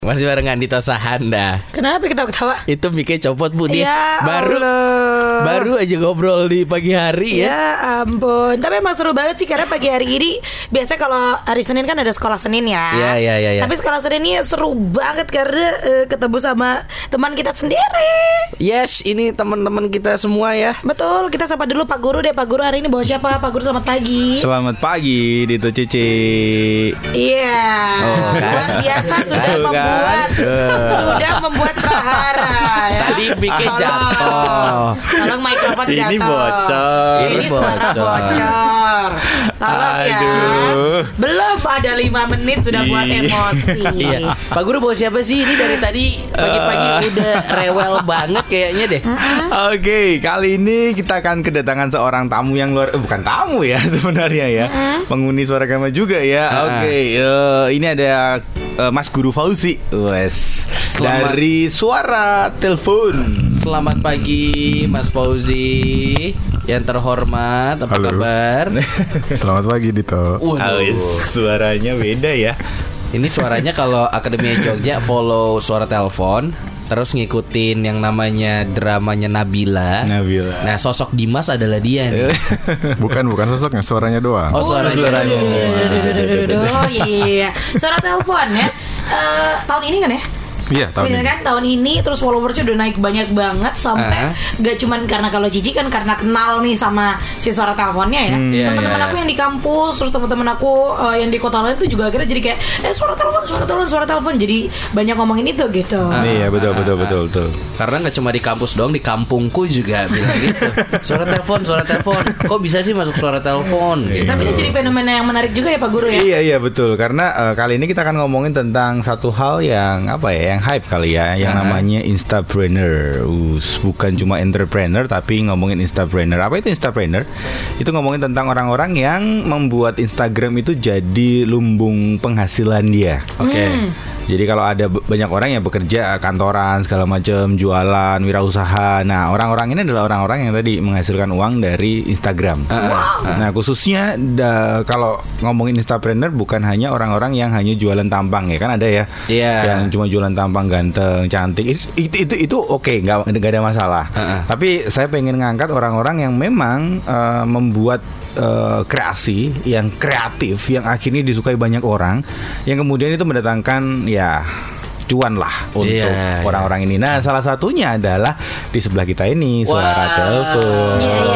Masih barengan di Tosahanda. Kenapa ketawa-ketawa? Itu mic-nya copot Bu dia. Ya Baru aja ngobrol di pagi hari ya. Ya ampun. Tapi emang seru banget sih karena pagi hari ini biasa kalau hari Senin kan ada sekolah Senin ya. Iya. Tapi sekolah Senin ini seru banget karena ketemu sama teman kita sendiri. Yes, ini teman-teman kita semua ya. Betul, kita sapa dulu Pak Guru deh. Pak Guru hari ini bawa siapa? Pak Guru selamat pagi. Selamat pagi Dito Cici. Iya. Luar biasa sudah membuat prahara ya. Tadi mic-nya jatuh. Tolong mikrofon jatuh. Ini bocor. Ini suara bocor. Tolong ya. Belum ada 5 menit sudah buat emosi. Iya. Pak Guru bawa siapa sih? Ini dari tadi pagi-pagi udah rewel banget kayaknya deh. Oke, kali ini kita akan kedatangan seorang tamu yang bukan tamu ya sebenarnya ya. Penghuni Suara Gama juga ya. Oke, ini ada Mas Guru Fauzi. Wes. Dari Suara Telepon. Selamat pagi Mas Fauzi yang terhormat. Apa kabar? Selamat pagi Dito. Suaranya beda ya. Ini suaranya kalau Akademi Jogja follow Suara Telepon, terus ngikutin yang namanya dramanya Nabila. Nah, sosok Dimas adalah dia nih. Bukan sosoknya, suaranya doang. Oh, suaranya. Oh iya. Suara Telepon ya. Tahun ini kan ya? Iya, tahun bener ini. kan tahun ini terus followersnya udah naik banyak banget sampai gak cuman karena kalau Cici kan karena kenal nih sama si Suara Teleponnya ya. Teman-teman aku yang di kampus terus teman-teman aku yang di kota lain tuh juga akhirnya jadi kayak suara telepon jadi banyak ngomongin itu gitu. Iya betul. Karena nggak cuma di kampus doang, di kampungku juga bilang gitu. Suara telepon. Kok bisa sih masuk suara telepon? Gitu. Tapi ini jadi fenomena yang menarik juga ya Pak Guru ya. Iya betul. Karena kali ini kita akan ngomongin tentang satu hal yang yang hype kali ya, yang namanya Instapreneur. Bukan cuma entrepreneur tapi ngomongin Instapreneur. Apa itu Instapreneur? Itu ngomongin tentang orang-orang yang membuat Instagram itu jadi lumbung penghasilan dia. Oke. Jadi kalau ada banyak orang yang bekerja kantoran segala macam, jualan, wirausaha. Nah, orang-orang ini adalah orang-orang yang tadi menghasilkan uang dari Instagram. Nah, khususnya kalau ngomongin Instapreneur bukan hanya orang-orang yang hanya jualan tampang ya, kan ada ya. Yang cuma jualan tampang ganteng, cantik. Itu oke, nggak ada masalah. Tapi saya pengen ngangkat orang-orang yang memang membuat kreasi yang kreatif yang akhirnya disukai banyak orang, yang kemudian itu mendatangkan cuan lah untuk orang-orang ini. Nah, salah satunya adalah di sebelah kita ini Suara Telepon.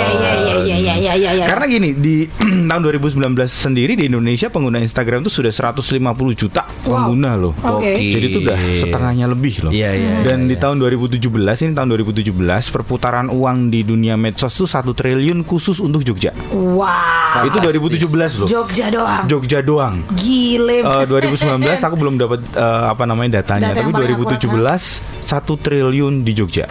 Iya. Karena gini, di tahun 2019 sendiri di Indonesia pengguna Instagram itu sudah 150 juta pengguna loh. Okay. Jadi itu udah setengahnya lebih loh. Dan di tahun 2017 perputaran uang di dunia medsos itu 1 triliun khusus untuk Jogja. Wow. Itu 2017 loh. Jogja doang. Gile. 2019 aku belum dapat datanya. Tapi 2017 1 triliun di Jogja.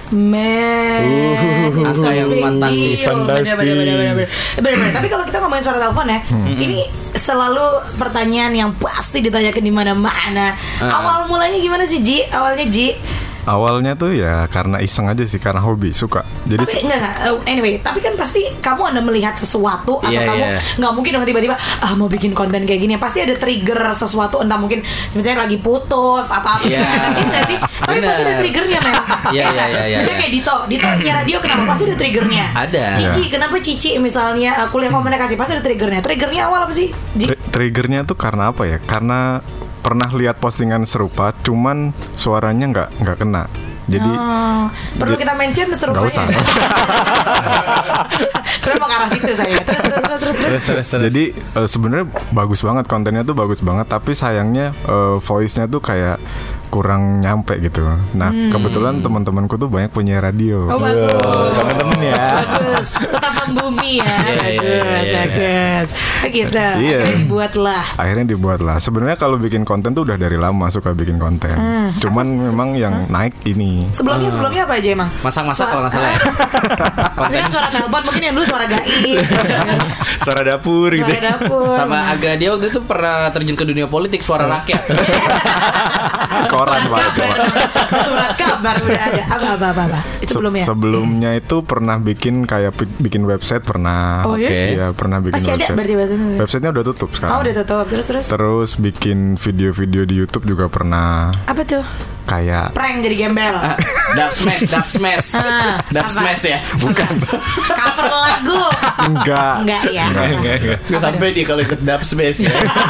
Angka yang fantastis. Bener. Tapi kalau kita ngomongin Suara Telepon ya, ini selalu pertanyaan yang pasti ditanyakan di mana-mana. Awal mulanya gimana sih Ji? Awalnya tuh ya karena iseng aja sih, karena hobi, suka. Jadi tapi enggak. Anyway, tapi kan pasti kamu ada melihat sesuatu atau kamu nggak mungkin dong tiba-tiba mau bikin konten kayak gini. Pasti ada trigger sesuatu, entah mungkin misalnya lagi putus atau apa sih. Tapi pasti ada triggernya, men. Misalnya kayak Dito punya radio, kenapa pasti ada triggernya? Ada. Cici, kenapa Cici misalnya kuliah komunikasi pasti ada triggernya. Triggernya awal apa sih? triggernya tuh karena apa ya? Karena pernah lihat postingan serupa, cuman suaranya nggak kena. Jadi perlu kita mention serupanya. Nggak usah. Sebenarnya mau ke arah situ saya. Terus. Jadi sebenarnya bagus banget, kontennya tuh bagus banget, tapi sayangnya voice-nya tuh kayak kurang nyampe gitu. Nah, kebetulan teman-temanku tuh banyak punya radio. Oh, bagus. Teman-teman ya. Bagus. Tetap membumi ya. Bagus. Gitu. Iya. Akhirnya dibuatlah. Sebenarnya kalau bikin konten tuh udah dari lama suka bikin konten. Cuman memang yang naik ini. Sebelumnya apa aja emang? Masak-masak kalau nggak salah ya. Maksudnya Suara Telepon, mungkin yang dulu Suara Gaib. Suara dapur gitu. Sama agak dia waktu itu pernah terjun ke dunia politik, Suara Rakyat. Koran Pak. Surat kabar udah ada. Apa. Itu sebelumnya. Sebelumnya itu pernah pernah bikin kayak bikin website pernah. Oh, Iya, pernah bikin masih website. Ada berarti website-nya? Websitenya udah tutup sekarang. Oh, udah tutup. Terus. Terus bikin video-video di YouTube juga pernah. Apa tuh? Kayak Prank jadi gembel. Dub smash ya. bukan. Cover lagu. Enggak ya. Gak sampai dia kalau ikut dub smash ya.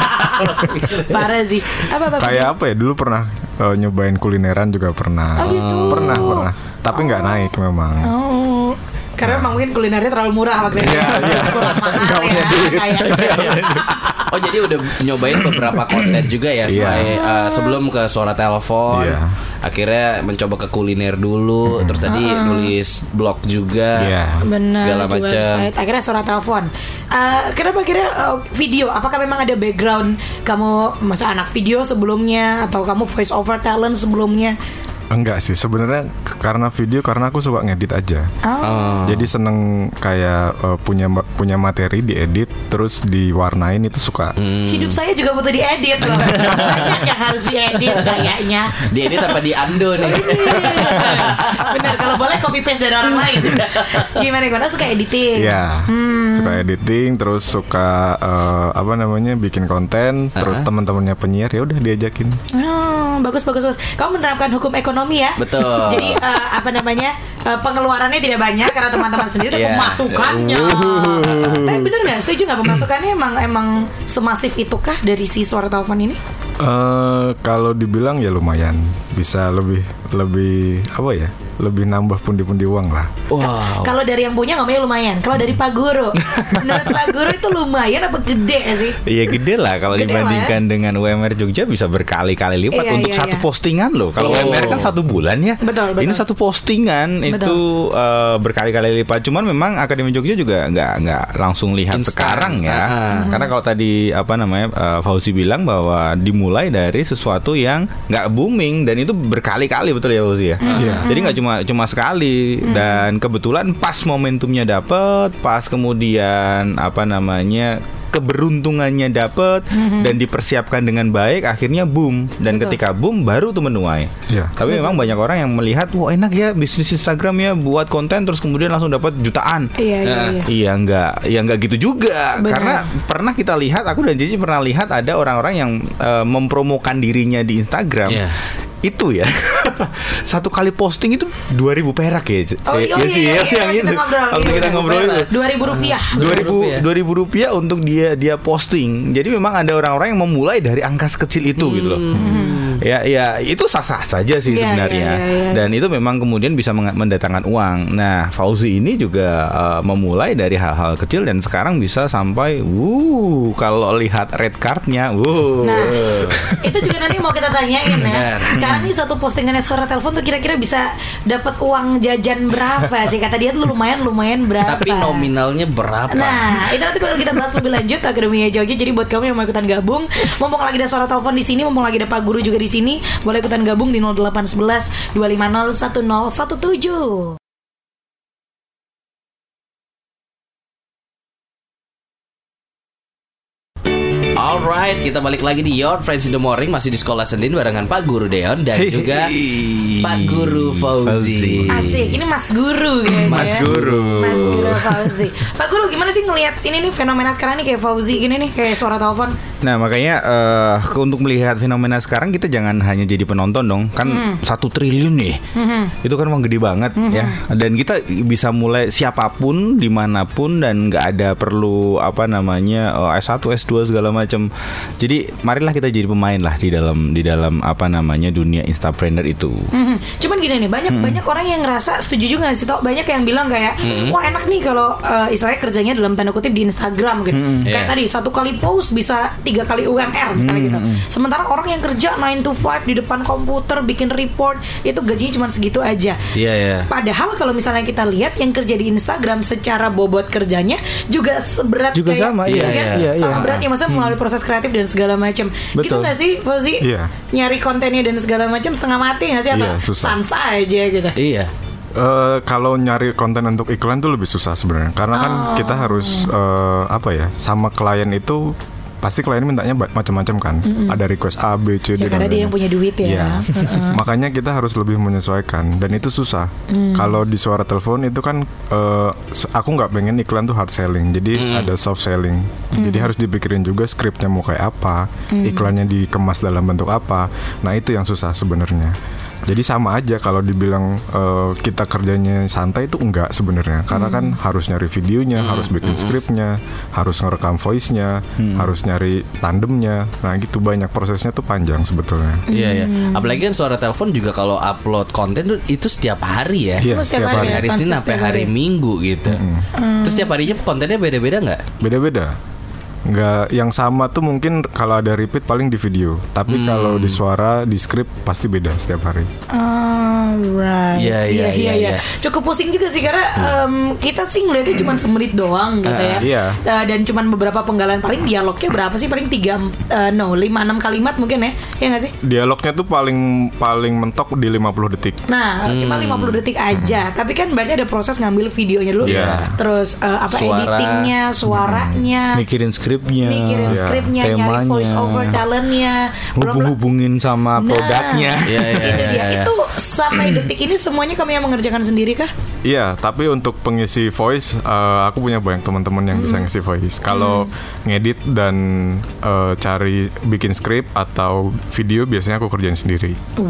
Parah sih. Apa? Kayak apa ya? Dulu pernah nyobain kulineran juga pernah. Oh, gitu. Pernah. Tapi nggak naik memang. Oh. Karena memang mungkin kulinernya terlalu murah waktu itu. Iya. Kurang mahal ya. Oh, jadi udah nyobain beberapa konten juga ya sebelum ke suara telepon. Iya. Akhirnya mencoba ke kuliner dulu, terus tadi nulis blog juga. Benar. Segala Di macam. website. Akhirnya suara telepon. Kenapa akhirnya video? Apakah memang ada background kamu masa anak video sebelumnya atau kamu voice over talent sebelumnya? Enggak sih, sebenarnya karena aku suka ngedit aja. Jadi seneng kayak punya materi diedit terus diwarnain itu suka. Hidup saya juga butuh diedit loh. Banyak yang harus diedit kayaknya. Diedit apa di ando nih? Benar, kalau boleh copy paste dari orang lain. Gimana suka editing? Iya. Suka editing, terus suka bikin konten, terus teman-temannya penyiar ya udah diajakin. Bagus. Kamu menerapkan hukum ekonomi ya? Betul. Jadi pengeluarannya tidak banyak karena teman-teman sendiri, tapi pemasukannya. Tapi bener nggak? Setuju nggak pemasukannya emang semasif itukah dari si suara telepon ini? Kalau dibilang ya lumayan, bisa lebih lebih nambah pundi-pundi uang lah. Wow. Kalau dari yang punya ngomongnya lumayan. Kalau dari Pak Guru, menurut Pak Guru itu lumayan apa gede sih? Iya gede lah kalau dibandingkan dengan UMR Jogja bisa berkali-kali lipat untuk satu postingan loh. Kalau UMR kan 1 bulan ya. Betul. Ini satu postingan itu berkali-kali lipat. Cuman memang Akademi Jogja juga nggak langsung lihat sekarang ya. Karena kalau tadi Fauzi bilang bahwa dimulai dari sesuatu yang nggak booming dan itu berkali-kali, betul ya Fauzi ya. Jadi nggak cuma sekali dan kebetulan pas momentumnya dapet, pas kemudian keberuntungannya dapet dan dipersiapkan dengan baik, akhirnya boom. Dan ketika boom baru tuh menuai. Tapi memang banyak orang yang melihat, wah enak ya bisnis Instagram ya, buat konten terus kemudian langsung dapat jutaan. Iya nggak gitu juga. Karena pernah kita lihat, aku dan Cici pernah lihat ada orang-orang yang mempromokan dirinya di Instagram. Itu ya satu kali posting itu 2.000 perak ya. Yang itu waktu kita ngobrol itu 2.000 rupiah untuk dia posting. Jadi memang ada orang-orang yang memulai dari angka sekecil itu gitu loh. Ya itu sah-sah saja sih sebenarnya. Dan itu memang kemudian bisa mendatangkan uang. Nah, Fauzi ini juga memulai dari hal-hal kecil dan sekarang bisa sampai kalau lihat red cardnya Nah, itu juga nanti mau kita tanyain ya. Sekarang nih satu postingannya suara telepon tuh kira-kira bisa dapat uang jajan berapa sih? Kata dia tuh lumayan berapa? Tapi nominalnya berapa? Nah, itu nanti bakal kita bahas lebih lanjut Akademi Jogja. Jadi buat kamu yang mau ikutan gabung, mumpung lagi ada suara telepon di sini, mumpung lagi ada Pak Guru juga di sini, boleh ikutan gabung di 0811 250 1017. Alright, kita balik lagi di Your Friends in the Morning, masih di Sekolah Senin barengan Pak Guru Deon dan juga Pak Guru Fauzi. Asik, ini Mas Guru kayaknya. Mas Guru Fauzi. Pak Guru, gimana sih ngelihat ini nih fenomena sekarang nih kayak Fauzi gini nih, kayak suara telepon? Nah makanya untuk melihat fenomena sekarang kita jangan hanya jadi penonton dong. Kan 1 triliun nih. Itu kan uang gede banget ya. Dan kita bisa mulai siapapun, dimanapun, dan gak ada perlu S1, S2 segala macam. Jadi marilah kita jadi pemain lah di dalam dunia Instapreneur itu. Cuman gini nih, banyak orang yang ngerasa, setuju juga sih, tau banyak yang bilang kayak wah enak nih kalau istilahnya kerjanya dalam tanda kutip di Instagram gitu. Kayak tadi 1 kali post bisa 3 kali UMR misalnya gitu. Sementara orang yang kerja 9 to 5 di depan komputer bikin report itu gajinya cuma segitu aja. Padahal kalau misalnya kita lihat yang kerja di Instagram secara bobot kerjanya juga seberat juga kayak sama, sama beratnya, maksudnya melalui proses kreatif dan segala macam. Gitu nggak sih Fauzi? Nyari kontennya dan segala macam setengah mati nggak sih, apa sans aja gitu? Kalau nyari konten untuk iklan tuh lebih susah sebenarnya, karena kan kita harus sama klien itu pasti klien mintanya macam-macam kan. Ada request A, B, C, D. Ya karena dia yang punya duit ya. Makanya kita harus lebih menyesuaikan dan itu susah. Kalau di suara telepon itu kan aku nggak pengen iklan tuh hard selling, jadi ada soft selling. Jadi harus dipikirin juga skripnya mau kayak apa, iklannya dikemas dalam bentuk apa. Nah itu yang susah sebenarnya. Jadi sama aja kalau dibilang kita kerjanya santai itu enggak sebenarnya, karena kan harus nyari videonya, harus bikin skripnya, harus ngerekam voice-nya, harus nyari tandemnya. Nah gitu, banyak prosesnya tuh panjang sebetulnya. Iya. Apalagi kan suara telepon juga kalau upload konten tuh itu setiap hari ya. Iya, setiap hari. Hari Senin sampai hari Minggu gitu. Terus setiap harinya kontennya beda-beda nggak? Beda-beda. Nggak yang sama tuh mungkin kalau ada repeat paling di video, tapi kalau di suara, di skrip pasti beda setiap hari. Right. Iya. Cukup pusing juga sih karena kita sih ngeliatnya cuma semenit doang gitu ya. Iya. Dan cuma beberapa penggalan, paling dialognya berapa sih? Paling 5-6 kalimat mungkin ya. Iya nggak sih? Dialognya tuh paling mentok di 50 detik. Nah, cuma 50 detik aja. Tapi kan berarti ada proses ngambil videonya dulu. Terus editingnya, suaranya, mikirin skripnya, nyari voice over talentnya, hubungin sama produknya. Itu dia. Itu sampai detik ini semuanya kami yang mengerjakan sendiri kah? Iya, tapi untuk pengisi voice, aku punya banyak teman-teman yang bisa ngisi voice. Kalau ngedit dan cari bikin skrip atau video biasanya aku kerjain sendiri.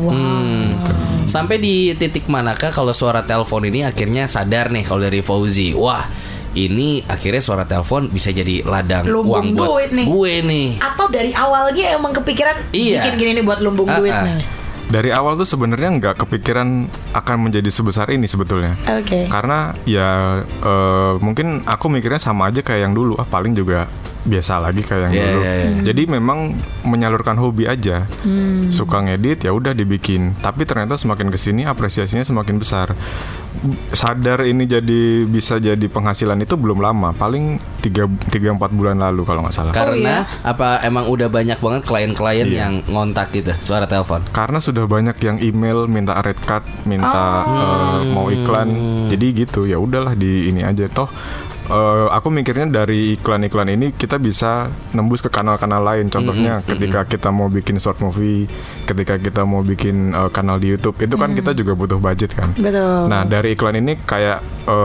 Sampai di titik manakah kalau suara telepon ini akhirnya sadar nih kalau dari Fauzi, wah ini akhirnya suara telepon bisa jadi ladang lumbung uang buat duit nih. Gue nih. Atau dari awalnya emang kepikiran bikin gini nih buat lumbung duit nih? Dari awal tuh sebenarnya nggak kepikiran akan menjadi sebesar ini sebetulnya. Karena ya mungkin aku mikirnya sama aja kayak yang dulu. Paling juga biasa lagi kayak yang dulu. Jadi memang menyalurkan hobi aja. Suka ngedit ya udah dibikin. Tapi ternyata semakin kesini apresiasinya semakin besar. Sadar ini bisa jadi penghasilan itu belum lama. Paling 3-4 bulan lalu kalau nggak salah. Karena apa emang udah banyak banget klien-klien yang ngontak gitu suara telepon? Karena sudah banyak yang email minta red card, minta mau iklan. Jadi gitu, ya udahlah di ini aja toh. Aku mikirnya dari iklan-iklan ini kita bisa nembus ke kanal-kanal lain. Contohnya ketika kita mau bikin short movie, ketika kita mau bikin kanal di YouTube, itu kan kita juga butuh budget kan. Betul. Nah dari iklan ini kayak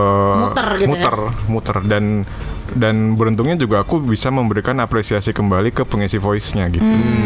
muter dan beruntungnya juga aku bisa memberikan apresiasi kembali ke pengisi voice-nya gitu.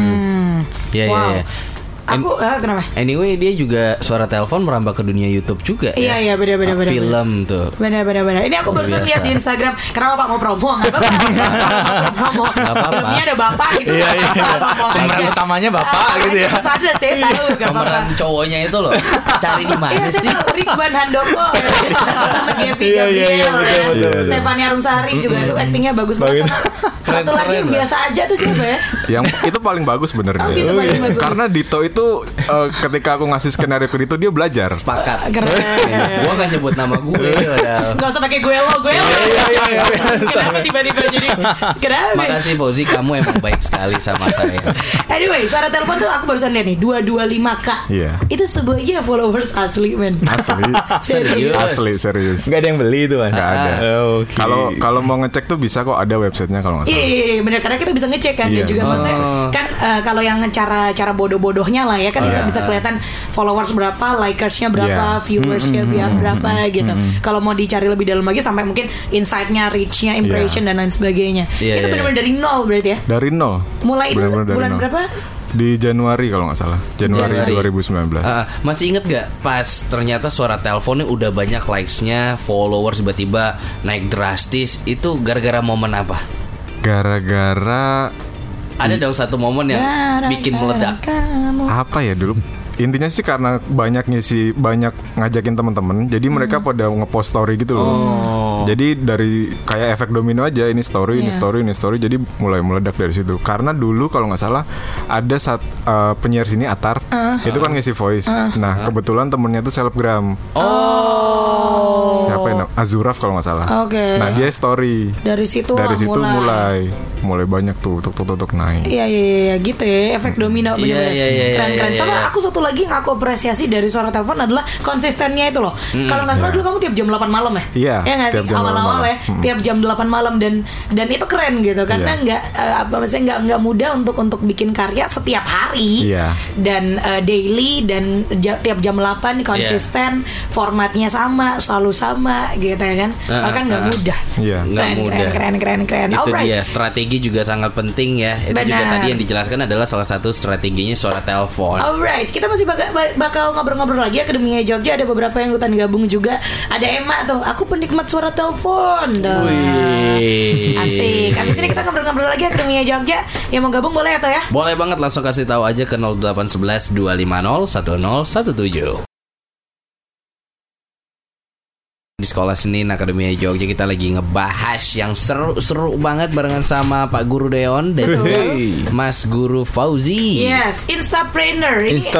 Iya. Aku kenapa? Anyway dia juga suara telepon merambah ke dunia YouTube juga. Iya benar. Film tuh. Benar. Ini aku baru lihat di Instagram. Kenapa Pak mau promo? Nggak apa-apa. Filmnya ada bapak gitu. Iya. Pemeran utamanya bapak gitu ya. Sadar saya tahu. Pemeran cowoknya itu loh. Cari di mana sih? Ridwan Handoko sama Gevi Gabriel, Stefania Rumsari juga tuh aktingnya bagus banget. Satu lagi yang biasa aja tuh siapa ya? Yang itu paling bagus benernya. Karena Dito itu ketika aku ngasih skenario ke Dito dia belajar. Sepakat. Keren. Gua gak nyebut nama gue. Gak usah pakai gue lo. Kenapa tiba-tiba jadi? Kenapa? Makasih Fauzi, kamu emang baik sekali sama saya. Anyway, suara telepon tuh aku barusan lihat nih 225K. Itu sebuahnya followers asli men. Serius. Gak ada yang beli itu kan? Gak ada. Kalau mau ngecek tuh bisa kok, ada websitenya kalau nggak salah. Iya benar, karena kita bisa ngecek kan. Dan juga maksudnya kan kalau yang cara bodoh-bodohnya lah ya kan bisa kelihatan followers berapa, likersnya berapa, viewersnya berapa gitu. Kalau mau dicari lebih dalam lagi sampai mungkin insight-nya, reach-nya, impression dan lain sebagainya. Itu benar-benar dari nol berarti ya? Dari nol. Mulai bulan berapa? Di Januari kalau nggak salah, Januari 2019. Masih inget gak pas ternyata suara teleponnya udah banyak likes-nya, followers tiba-tiba naik drastis. Itu gara-gara momen apa? Gara-gara ada dong satu momen yang bikin meledak. Apa ya dulu? Intinya sih karena banyak ngajakin teman-teman, jadi mereka pada ngepost story gitu loh. Jadi dari kayak efek domino aja, ini story, jadi mulai meledak dari situ. Karena dulu kalau nggak salah ada penyiar sini Atar, itu kan ngisi voice. Nah kebetulan temennya tuh selebgram. Siapa yang Azuraf kalau nggak salah. Nah dia story. Dari situ mulai. mulai banyak tuh tuk naik. Iya gitu ya, efek domino bener-bener. Keren-keren. Sama aku satu lagi yang aku apresiasi dari Suara Telepon adalah konsistennya itu loh. Kalau nggak salah dulu kamu tiap jam 8 malam ya? Iya. Ya nggak sih, awal-awal ya, tiap jam 8 malam dan itu keren gitu karena nggak mudah untuk bikin karya setiap hari dan daily dan tiap jam 8 konsisten, formatnya sama, selalu sama gitu ya kan. Kan nggak mudah. Nggak mudah. Keren. Itu dia, strategi juga sangat penting ya. Itu juga tadi yang dijelaskan adalah salah satu strateginya Suara Telepon. Alright, kita masih bakal ngobrol-ngobrol lagi. Akademi Jogja ada beberapa yang ikutan gabung juga. Ada Emma tuh, aku penikmat Suara Telepon tuh. Asik. Abis ini kita ngobrol-ngobrol lagi Akademi Jogja. Yang mau gabung boleh atau ya? Boleh banget, langsung kasih tahu aja ke 0811 250 1017. Di Sekolah Senin Akademi Jogja kita lagi ngebahas yang seru banget barengan sama Pak Guru Deon dan Mas Guru Fauzi. Yes, Instapreneur.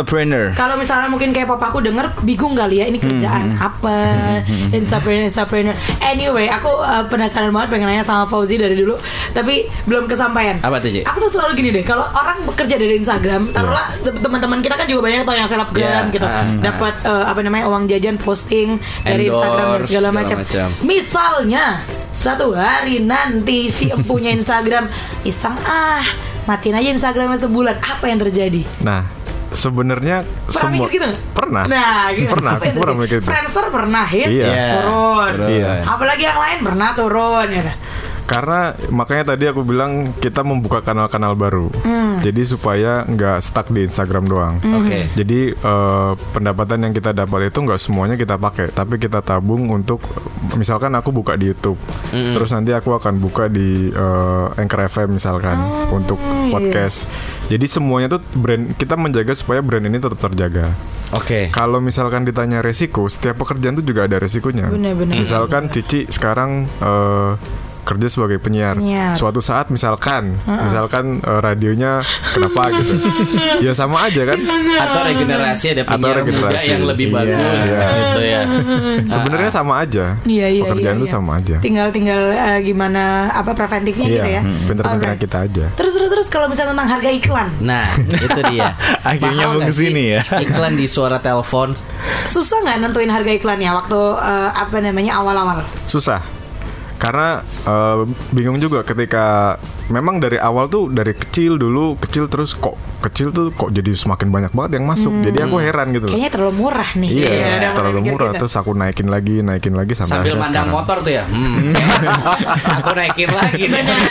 Kalau misalnya mungkin kayak papaku denger bingung kali ya, ini kerjaan apa? Instapreneur. Anyway, aku penasaran banget pengen nanya sama Fauzi dari dulu, tapi belum kesampaian. Apa tuh, Ci? Aku tuh selalu gini deh, kalau orang bekerja dari Instagram, taruhlah teman-teman kita kan juga banyak tau yang selebgram gitu, dapat uang jajan posting dari Instagram segala macam. Misalnya suatu hari nanti si empunya Instagram iseng matiin aja Instagramnya sebulan, apa yang terjadi? Nah, sebenarnya semua gitu? Pernah. Nah, gitu. Aku pernah mikir gitu. Friendster pernah hit, turun. Apalagi yang lain pernah turun ya. Karena makanya tadi aku bilang kita membuka kanal-kanal baru. Jadi supaya nggak stuck di Instagram doang. Jadi pendapatan yang kita dapat itu nggak semuanya kita pakai, tapi kita tabung untuk misalkan aku buka di YouTube, terus nanti aku akan buka di Anchor FM misalkan untuk podcast. Jadi semuanya tuh brand, kita menjaga supaya brand ini tetap terjaga. Kalau misalkan ditanya resiko, setiap pekerjaan tuh juga ada resikonya. Benar. Misalkan Cici sekarang kerja sebagai penyiar. Suatu saat misalkan radionya kenapa gitu. Ya sama aja kan. Atau regenerasi, ada penyiar muda yang lebih bagus gitu ya. Sebenarnya sama aja. Pekerjaan itu sama aja. Tinggal gimana preventifnya gitu ya. Pinter-pinternya kita aja. Terus kalau misalnya tentang harga iklan. Nah, itu dia. Akhirnya mau ke sini ya. Iklan di Suara Telepon. Susah enggak nentuin harga iklannya waktu awal-awal? Susah. Karena bingung juga ketika memang dari awal tuh dari kecil terus kok jadi semakin banyak banget yang masuk. Jadi aku heran gitu. Kayaknya terlalu murah nih. Iya, terlalu murah gitu. Terus aku naikin lagi sampai sambil mandang motor tuh ya. Aku naikin lagi.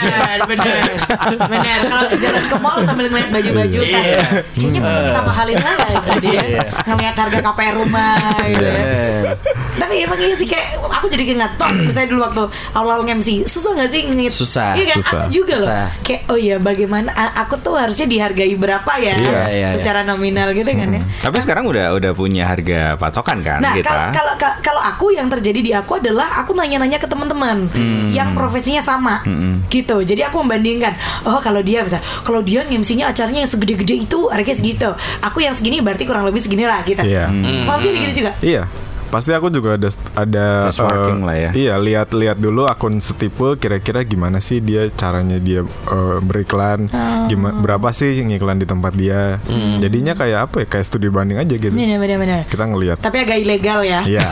Benar. Kalau jalan ke mall sambil ngeliat baju-baju kan. Kayaknya perlu kita mahalin lagi tadi ya. Ngeliat harga KPR rumah gitu ya. Tapi emang iya sih, kayak aku jadi ingat misalnya dulu waktu awal MC, susah gak sih ngeliat? Susah. Iya kan, aku juga loh. Kayak bagaimana aku tuh harusnya dihargai berapa ya? Secara nominal gitu kan ya. Tapi sekarang udah punya harga patokan kan kita. Kalau aku yang terjadi di aku adalah aku nanya-nanya ke teman-teman yang profesinya sama. Gitu. Jadi aku membandingkan, kalau dia MC-nya acaranya yang segede-gede itu harganya segitu. Aku yang segini berarti kurang lebih segini lah gitu. Fauzi gitu juga? Iya. Pasti aku juga ada lah ya. Iya, lihat dulu akun setipe kira-kira gimana sih dia caranya dia beriklan, berapa sih ngiklan di tempat dia. Jadinya kayak apa ya? Kayak studi banding aja gitu. Benar. Kita ngelihat. Tapi agak ilegal ya. Iya.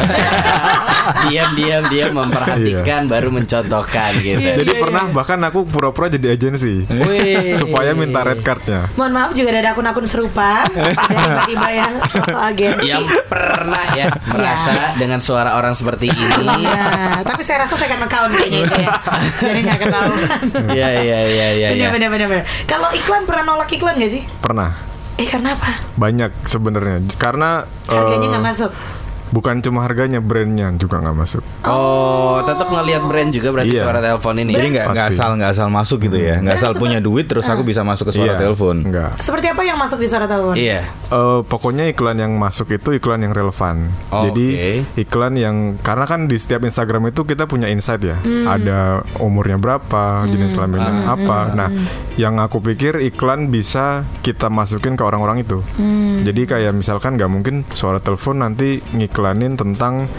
Diam memperhatikan baru mencontohkan gitu. Jadi pernah bahkan aku pura-pura jadi agensi supaya minta red cardnya. Mohon maaf, juga ada akun-akun serupa. Ada tiba-tiba yang sosok agensi. Yang pernah ya merasa dengan suara orang seperti ini. Tapi saya rasa saya akan account kayaknya itu ya. Jadi gak ketahuan. Iya. Benar. Kalau iklan, pernah nolak iklan gak sih? Pernah. Karena apa? Banyak sebenarnya. Karena harganya gak masuk. Bukan cuma harganya, brandnya juga nggak masuk. Tetap ngelihat brand juga berarti Suara Telepon ini. Jadi nggak asal masuk gitu ya, nggak asal punya duit terus aku bisa masuk ke Suara Telepon. Enggak. Seperti apa yang masuk di Suara Telepon? Pokoknya iklan yang masuk itu iklan yang relevan. Jadi iklan yang, karena kan di setiap Instagram itu kita punya insight ya. Ada umurnya berapa, jenis kelaminnya apa. Nah, yang aku pikir iklan bisa kita masukin ke orang-orang itu. Jadi kayak misalkan nggak mungkin Suara Telepon nanti iklanin tentang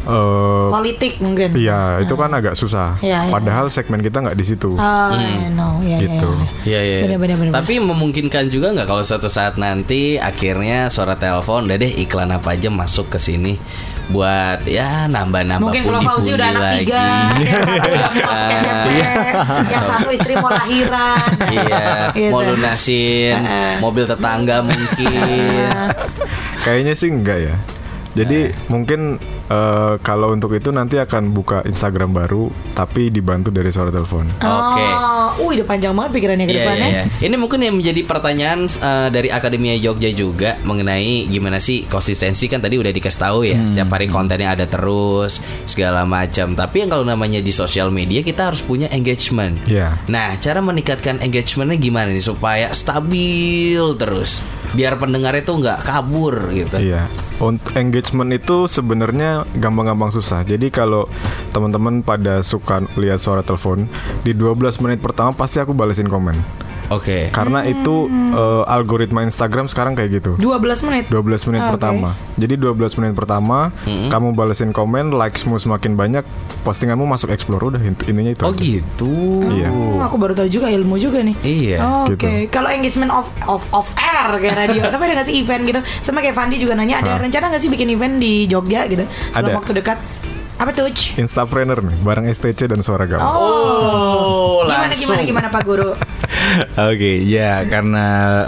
politik mungkin. Iya, itu kan agak susah. Ya. Padahal segmen kita nggak di situ. Gitu. Iya. Bener. Tapi memungkinkan juga nggak kalau suatu saat nanti akhirnya suara telepon, udah deh iklan apa aja masuk ke sini buat ya nambah-nambah mungkin kalau Fauzi udah anak lagi. 3, yang satu udah mau masuk SMP, yang satu istri mau lahiran. Iya, mau lunasin mobil tetangga mungkin. Kayaknya sih enggak ya. Jadi mungkin kalau untuk itu nanti akan buka Instagram baru tapi dibantu dari suara telepon. Oke. Udah panjang banget pikirannya ke depannya. Iya. Ini mungkin yang menjadi pertanyaan dari Akademia Jogja juga mengenai gimana sih konsistensi, kan tadi udah dikasih tahu ya. Setiap hari kontennya ada terus segala macam. Tapi yang kalau namanya di sosial media kita harus punya engagement. Iya. Nah, cara meningkatkan engagementnya gimana nih supaya stabil terus, biar pendengarnya tuh nggak kabur gitu. Iya. Untuk engagement itu sebenarnya gampang-gampang susah. Jadi kalau teman-teman pada suka lihat suara telepon, di 12 menit pertama pasti aku balesin komen. Oke. Karena itu algoritma Instagram sekarang kayak gitu. 12 menit. 12 menit pertama. Jadi 12 menit pertama kamu balesin komen, likes-mu semakin banyak, postinganmu masuk explore, udah ininya itu. Oh aja. gitu. Iya. Aku baru tahu juga, ilmu juga nih. Iya. Oke. Gitu. Kalau engagement off air kayak radio, tapi ada nggak sih event gitu? Sama kayak Fandi juga nanya, ada rencana nggak sih bikin event di Jogja gitu? Dalam Ada. waktu dekat. Apa tuh? Instapreneur nih, bareng STC dan Suara Gama. Oh, Gimana Pak Guru? Oke, ya karena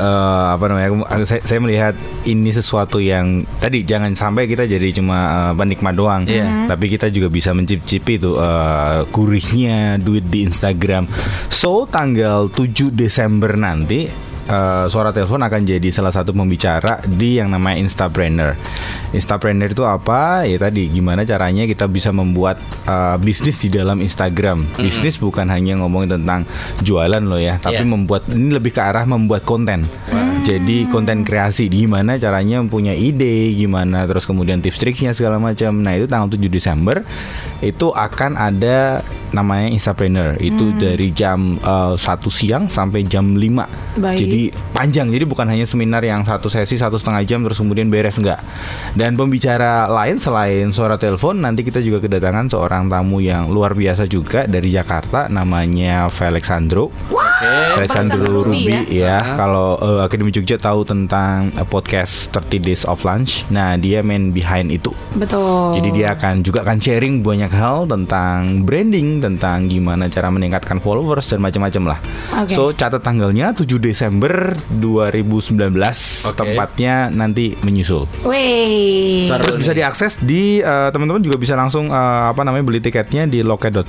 saya melihat ini sesuatu yang tadi jangan sampai kita jadi cuma penikmat doang, tapi kita juga bisa mencicipi tuh gurihnya duit di Instagram. So tanggal 7 Desember nanti Suara Telepon akan jadi salah satu pembicara di yang namanya Instapreneur. Instapreneur itu apa? Ya tadi gimana caranya kita bisa membuat bisnis di dalam Instagram. Bisnis bukan hanya ngomongin tentang jualan loh ya, tapi membuat ini lebih ke arah membuat konten. Jadi konten kreasi, gimana caranya punya ide, gimana terus kemudian tips triknya segala macam. Nah, itu tanggal 7 Desember itu akan ada namanya Instapreneur. Itu dari jam 1 siang sampai jam 5. Baik. Jadi panjang, jadi bukan hanya seminar yang satu sesi 1,5 jam terus kemudian beres, enggak. Dan pembicara lain selain Suara Telepon, nanti kita juga kedatangan seorang tamu yang luar biasa juga dari Jakarta, namanya Felixandro. Felixandro Ruby ya. Kalau Akademi Jogja tahu tentang podcast 30 Days of Lunch, nah dia main behind itu. Betul. Jadi dia akan sharing banyak hal tentang branding, tentang gimana cara meningkatkan followers dan macam-macam lah. Okay. So catat tanggalnya 7 Desember 2019, tempatnya nanti menyusul. Wih. Terus bisa diakses di teman-teman juga bisa langsung beli tiketnya di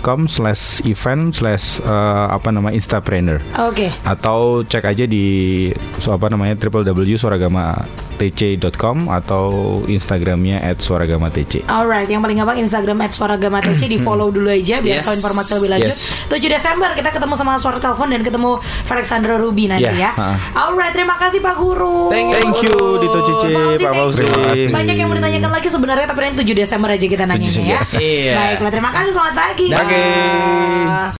loket.com/event/Instapreneur. Oke. Atau cek aja di www.suaragamatc.com atau Instagramnya @suaragamatc. Alright, yang paling gampang Instagram @suaragamatc, di follow dulu aja biar tahu informasi lebih lanjut. 7 Desember kita ketemu sama Suara Telepon dan ketemu Felixandro Ruby nanti ya. Alright, terima kasih Pak Guru. Thank you Dito Cici, Pak Fauzi. Banyak yang mau ditanyakan lagi sebenarnya, tapi 7 Desember aja kita nanya ya. Iya. Baiklah, terima kasih, selamat pagi. Oke.